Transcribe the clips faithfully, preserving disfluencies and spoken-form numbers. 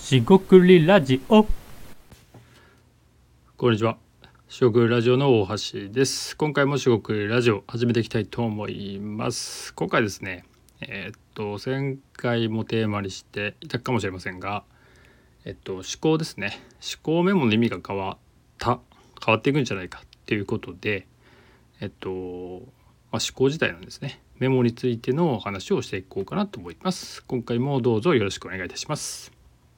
しごくりラジオ。 こんにちは。しごくりラジオの大橋です。今回もしごくりラジオ始めていきたいと思います。今回ですね、えー、っと前回もテーマにしていたかもしれませんが、えっと思考ですね。思考メモの意味が変わった変わっていくんじゃないかっていうことで、えっと、まあ、思考自体なんですね。メモについての話をしていこうかなと思います。今回もどうぞよろしくお願いいたします。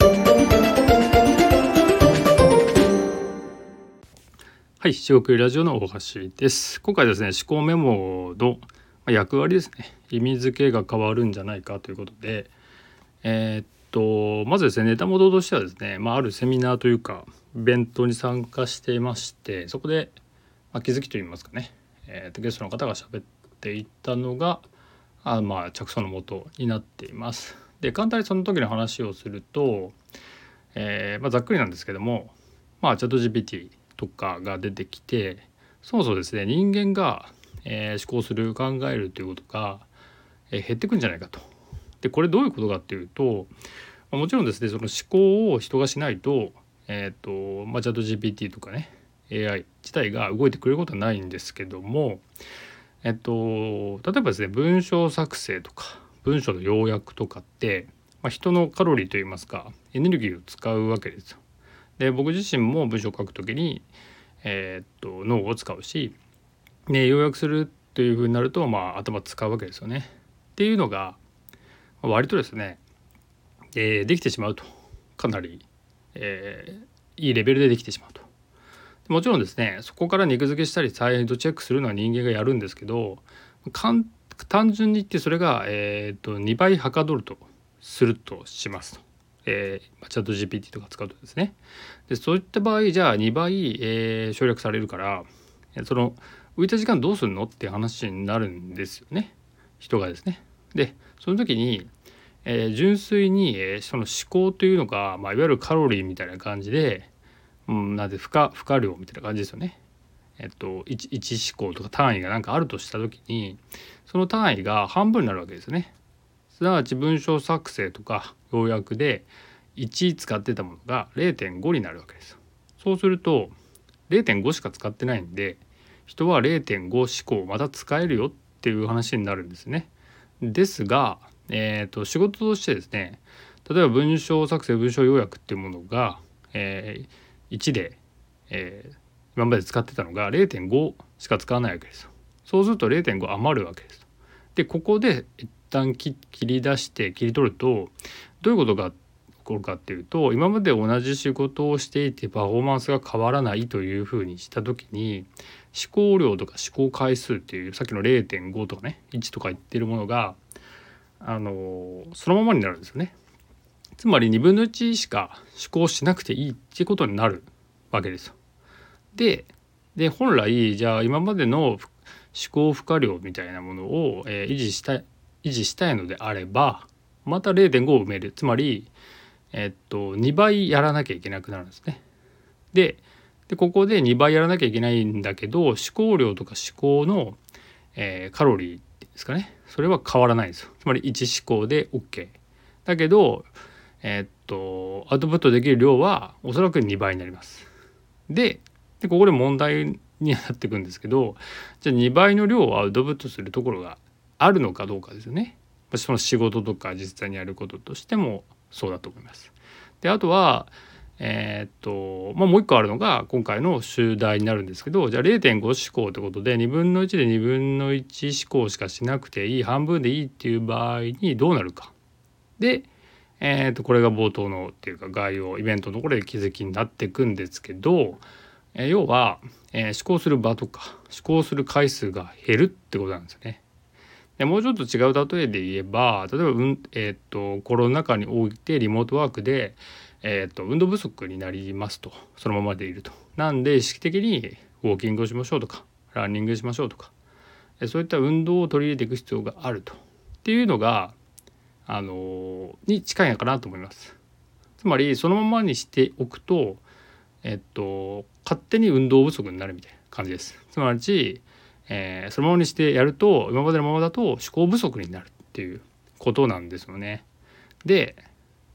はい、しごくりラジオの大橋です。今回ですね、思考メモの役割ですね、意味付けが変わるんじゃないかということで、えー、っとまずですね、ネタ元としてはですね、まあ、あるセミナーというかイベントに参加していまして、そこで、まあ、気づきといいますかね、えー、っとゲストの方が喋っていたのがあ、まあ、着想の元になっています。で、簡単にその時の話をすると、えーまあ、ざっくりなんですけども、まあ、チャット ジーピーティー とかが出てきて、そもそもですね、人間が、えー、思考する考えるということが、えー、減ってくんじゃないかと。でこれどういうことかっていうと、もちろんですね、その思考を人がしないと、えーとまあ、チャット ジーピーティー とかね エーアイ 自体が動いてくれることはないんですけども、えっと例えばですね、文章作成とか文章の要約とかって、まあ、人のカロリーといいますかエネルギーを使うわけですよ。で僕自身も文章を書くときに、えー、っと脳を使うし、ね、要約するというふうになると、まあ、頭使うわけですよね。っていうのが割とですね、えー、できてしまうと、かなり、えー、いいレベルでできてしまうと。もちろんですね、そこから肉付けしたりサイドチェックするのは人間がやるんですけど、単純に言ってそれが、えー、っとにばいはかどるとするとしますと。えー、チャット ジーピーティー とか使うとですね、でそういった場合じゃあにばい、えー、省略されるから、その浮いた時間どうするのって話になるんですよね、人がですね。でその時に、えー、純粋に、えー、その思考というのが、まあ、いわゆるカロリーみたいな感じで、うん、なんで負荷負荷量みたいな感じですよね。えっと 1, 1思考とか単位が何かあるとした時に、その単位が半分になるわけですね。すなわち文章作成とか要約でいち使ってたものが れいてんご になるわけです。そうすると れいてんご しか使ってないんで、人は れいてんご 思考をまた使えるよっていう話になるんですね。ですが、えー、と仕事としてですね、例えば文章作成文章要約っていうものが、えー、いちで、えー、今まで使ってたのが れいてんご しか使わないわけですよ。そうすると れいてんご 余るわけです。でここで一旦切り出して切り取ると、どういうことが起こるかっていうと、今まで同じ仕事をしていてパフォーマンスが変わらないというふうにした時に、思考量とか思考回数っていうさっきの れいてんご とかねいちとか言ってるものが、あのそのままになるんですよね。つまりにぶんのいちしか思考しなくていいっていうことになるわけですよ。でで本来じゃあ今までの思考負荷量みたいなものを、えー、維持したい維持したいのであれば、また れいてんご を埋める。つまり、えっとにばいやらなきゃいけなくなるんですね。ででここでにばいやらなきゃいけないんだけど、思考量とか思考の、えー、カロリーですかね、それは変わらないんですよ。つまりいち思考で OK だけど、えー、っとアウトプットできる量はおそらくにばいになります。ででここで問題になっていくんですけど、じゃあにばいの量をアウトプットするところがあるのかどうかですよね。その仕事とか実際にやることとしてもそうだと思います。であとはえー、っとまあもう一個あるのが今回の主題になるんですけど、じゃあ れいてんご 思考ってことでにぶんのいちでにぶんのいち思考しかしなくていい、半分でいいっていう場合にどうなるか。でえー、とこれが冒頭のっていうか概要イベントのところで気づきになっていくんですけど、えー、要は、えー、思考する場とか思考する回数が減るってことなんですよね。でもうちょっと違う例えで言えば、例えば、うんえー、とコロナ禍においてリモートワークで、えー、と運動不足になりますと、そのままでいると。なんで意識的にウォーキングをしましょうとかランニングしましょうとか、そういった運動を取り入れていく必要があるとっていうのがあのに近いのかなと思います。つまりそのままにしておくと、えっと勝手に運動不足になるみたいな感じです。つまり、えー、そのままにしてやると今までのままだと思考不足になるっていうことなんですよね。で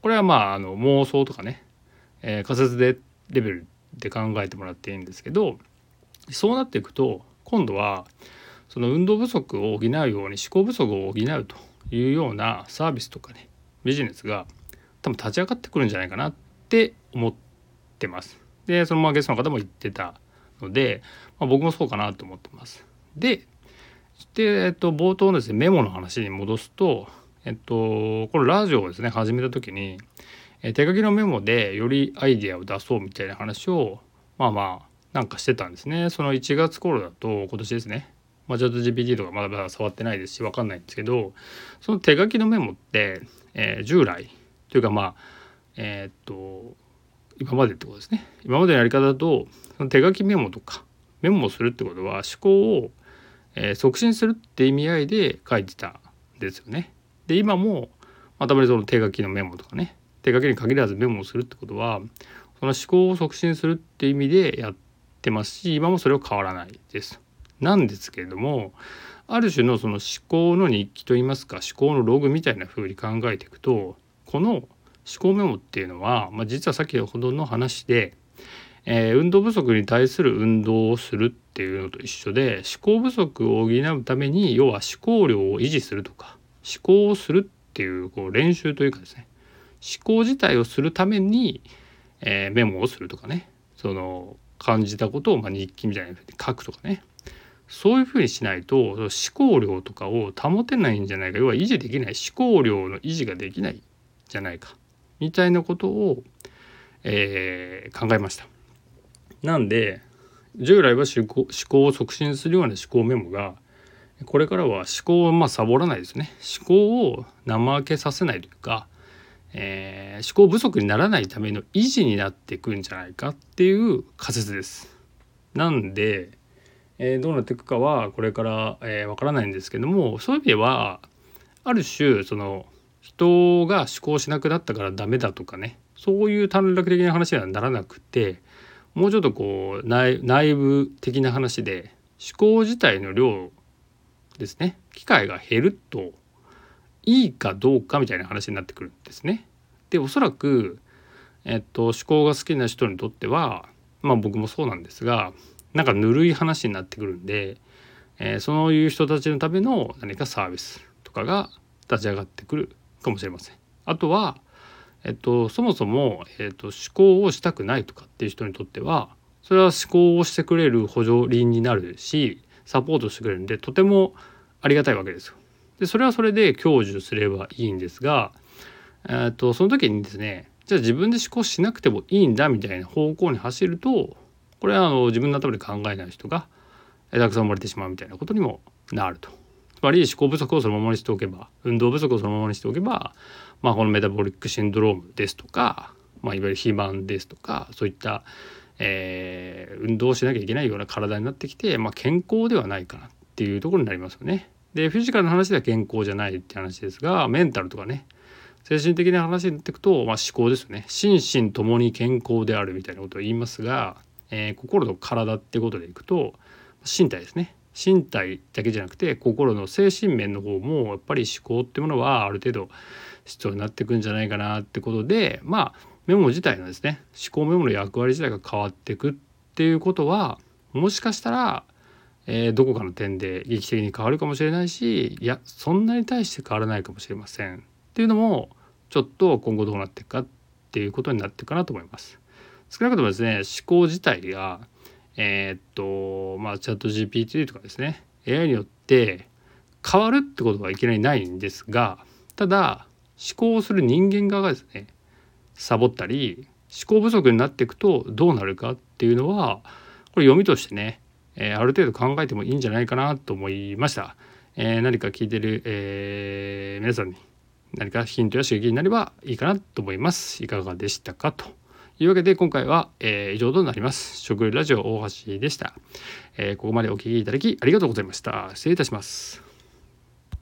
これはまああの妄想とかね、えー、仮説でレベルで考えてもらっていいんですけど、そうなっていくと今度はその運動不足を補うように思考不足を補うというようなサービスとかねビジネスが多分立ち上がってくるんじゃないかなって思ってます。でそのままゲストの方も言ってたので、まあ、僕もそうかなと思ってます。でで、えっと、冒頭のですねメモの話に戻すと、えっと、このラジオをですね始めた時に、え手書きのメモでよりアイデアを出そうみたいな話をまあまあなんかしてたんですね。そのいちがつ頃だと今年ですね、まあ、チャット ジーピーティー とかまだまだ触ってないですし分かんないんですけど、その手書きのメモって、えー、従来というかまあえー、っと今までってことですね。今までのやり方だとその手書きメモとかメモをするってことは思考を、えー、促進するって意味合いで書いてたんですよね。で今も、まあ、たまにその手書きのメモとかね、手書きに限らずメモをするってことはその思考を促進するって意味でやってますし、今もそれは変わらないです。なんですけれども、ある種のその思考の日記といいますか思考のログみたいな風に考えていくと、この思考メモっていうのは、まあ、実は先ほどの話で、えー、運動不足に対する運動をするっていうのと一緒で、思考不足を補うために要は思考量を維持するとか思考をするっていう、こう練習というかですね、思考自体をするために、えー、メモをするとかね、その感じたことをまあ日記みたいな風に書くとかね、そういうふうにしないと思考量とかを保てないんじゃないか、要は維持できない、思考量の維持ができないじゃないかみたいなことを、えー、考えました。なんで従来は思考、思考を促進するような思考メモがこれからは思考をまあサボらないですね、思考を怠けさせないというか、えー、思考不足にならないための維持になっていくんじゃないかっていう仮説です。なんでえー、どうなっていくかはこれから、えー、分からないんですけども、そういう意味ではある種その人が思考しなくなったからダメだとかね、そういう短絡的な話にはならなくて、もうちょっとこう 内, 内部的な話で思考自体の量ですね、機会が減るといいかどうかみたいな話になってくるんですね。でおそらく、えっと、思考が好きな人にとってはまあ僕もそうなんですが、なんかぬるい話になってくるんで、えー、そういう人たちのための何かサービスとかが立ち上がってくるかもしれません。あとは、えっと、そもそも、えっと、思考をしたくないとかっていう人にとってはそれは思考をしてくれる補助輪になるしサポートしてくれるんでとてもありがたいわけですよ。でそれはそれで享受すればいいんですが、えっと、その時にですね、じゃあ自分で思考しなくてもいいんだみたいな方向に走ると、これはあの自分の頭で考えない人がたくさん生まれてしまうみたいなことにもなると。つまり思考不足をそのままにしておけば、運動不足をそのままにしておけば、まあ、このメタボリックシンドロームですとか、まあ、いわゆる肥満ですとかそういった、えー、運動をしなきゃいけないような体になってきて、まあ、健康ではないかなっていうところになりますよね。でフィジカルの話では健康じゃないって話ですが、メンタルとかね精神的な話になっていくと、まあ、思考ですよね。心身ともに健康であるみたいなことを言いますが、えー、心と体ってことでいくと身体ですね。身体だけじゃなくて心の精神面の方もやっぱり思考っていうものはある程度必要になってくんじゃないかなってことで、まあメモ自体のですね思考メモの役割自体が変わっていくっていうことはもしかしたら、えー、どこかの点で劇的に変わるかもしれないし、いやそんなに対して変わらないかもしれませんっていうのもちょっと今後どうなっていくかっていうことになっていくかなと思います。少なくともですね思考自体がえー、っとまあチャット ジーピーティー とかですね エーアイ によって変わるってことはいきなりないんですが、ただ思考をする人間側がですねサボったり思考不足になっていくとどうなるかっていうのはこれ読みとしてね、えー、ある程度考えてもいいんじゃないかなと思いました。えー、何か聞いてる、えー、皆さんに何かヒントや刺激になればいいかなと思います。いかがでしたかというわけで今回は、えー、以上となります。食ラジオ大橋でした。えー、ここまでお聞きいただきありがとうございました。失礼いたします。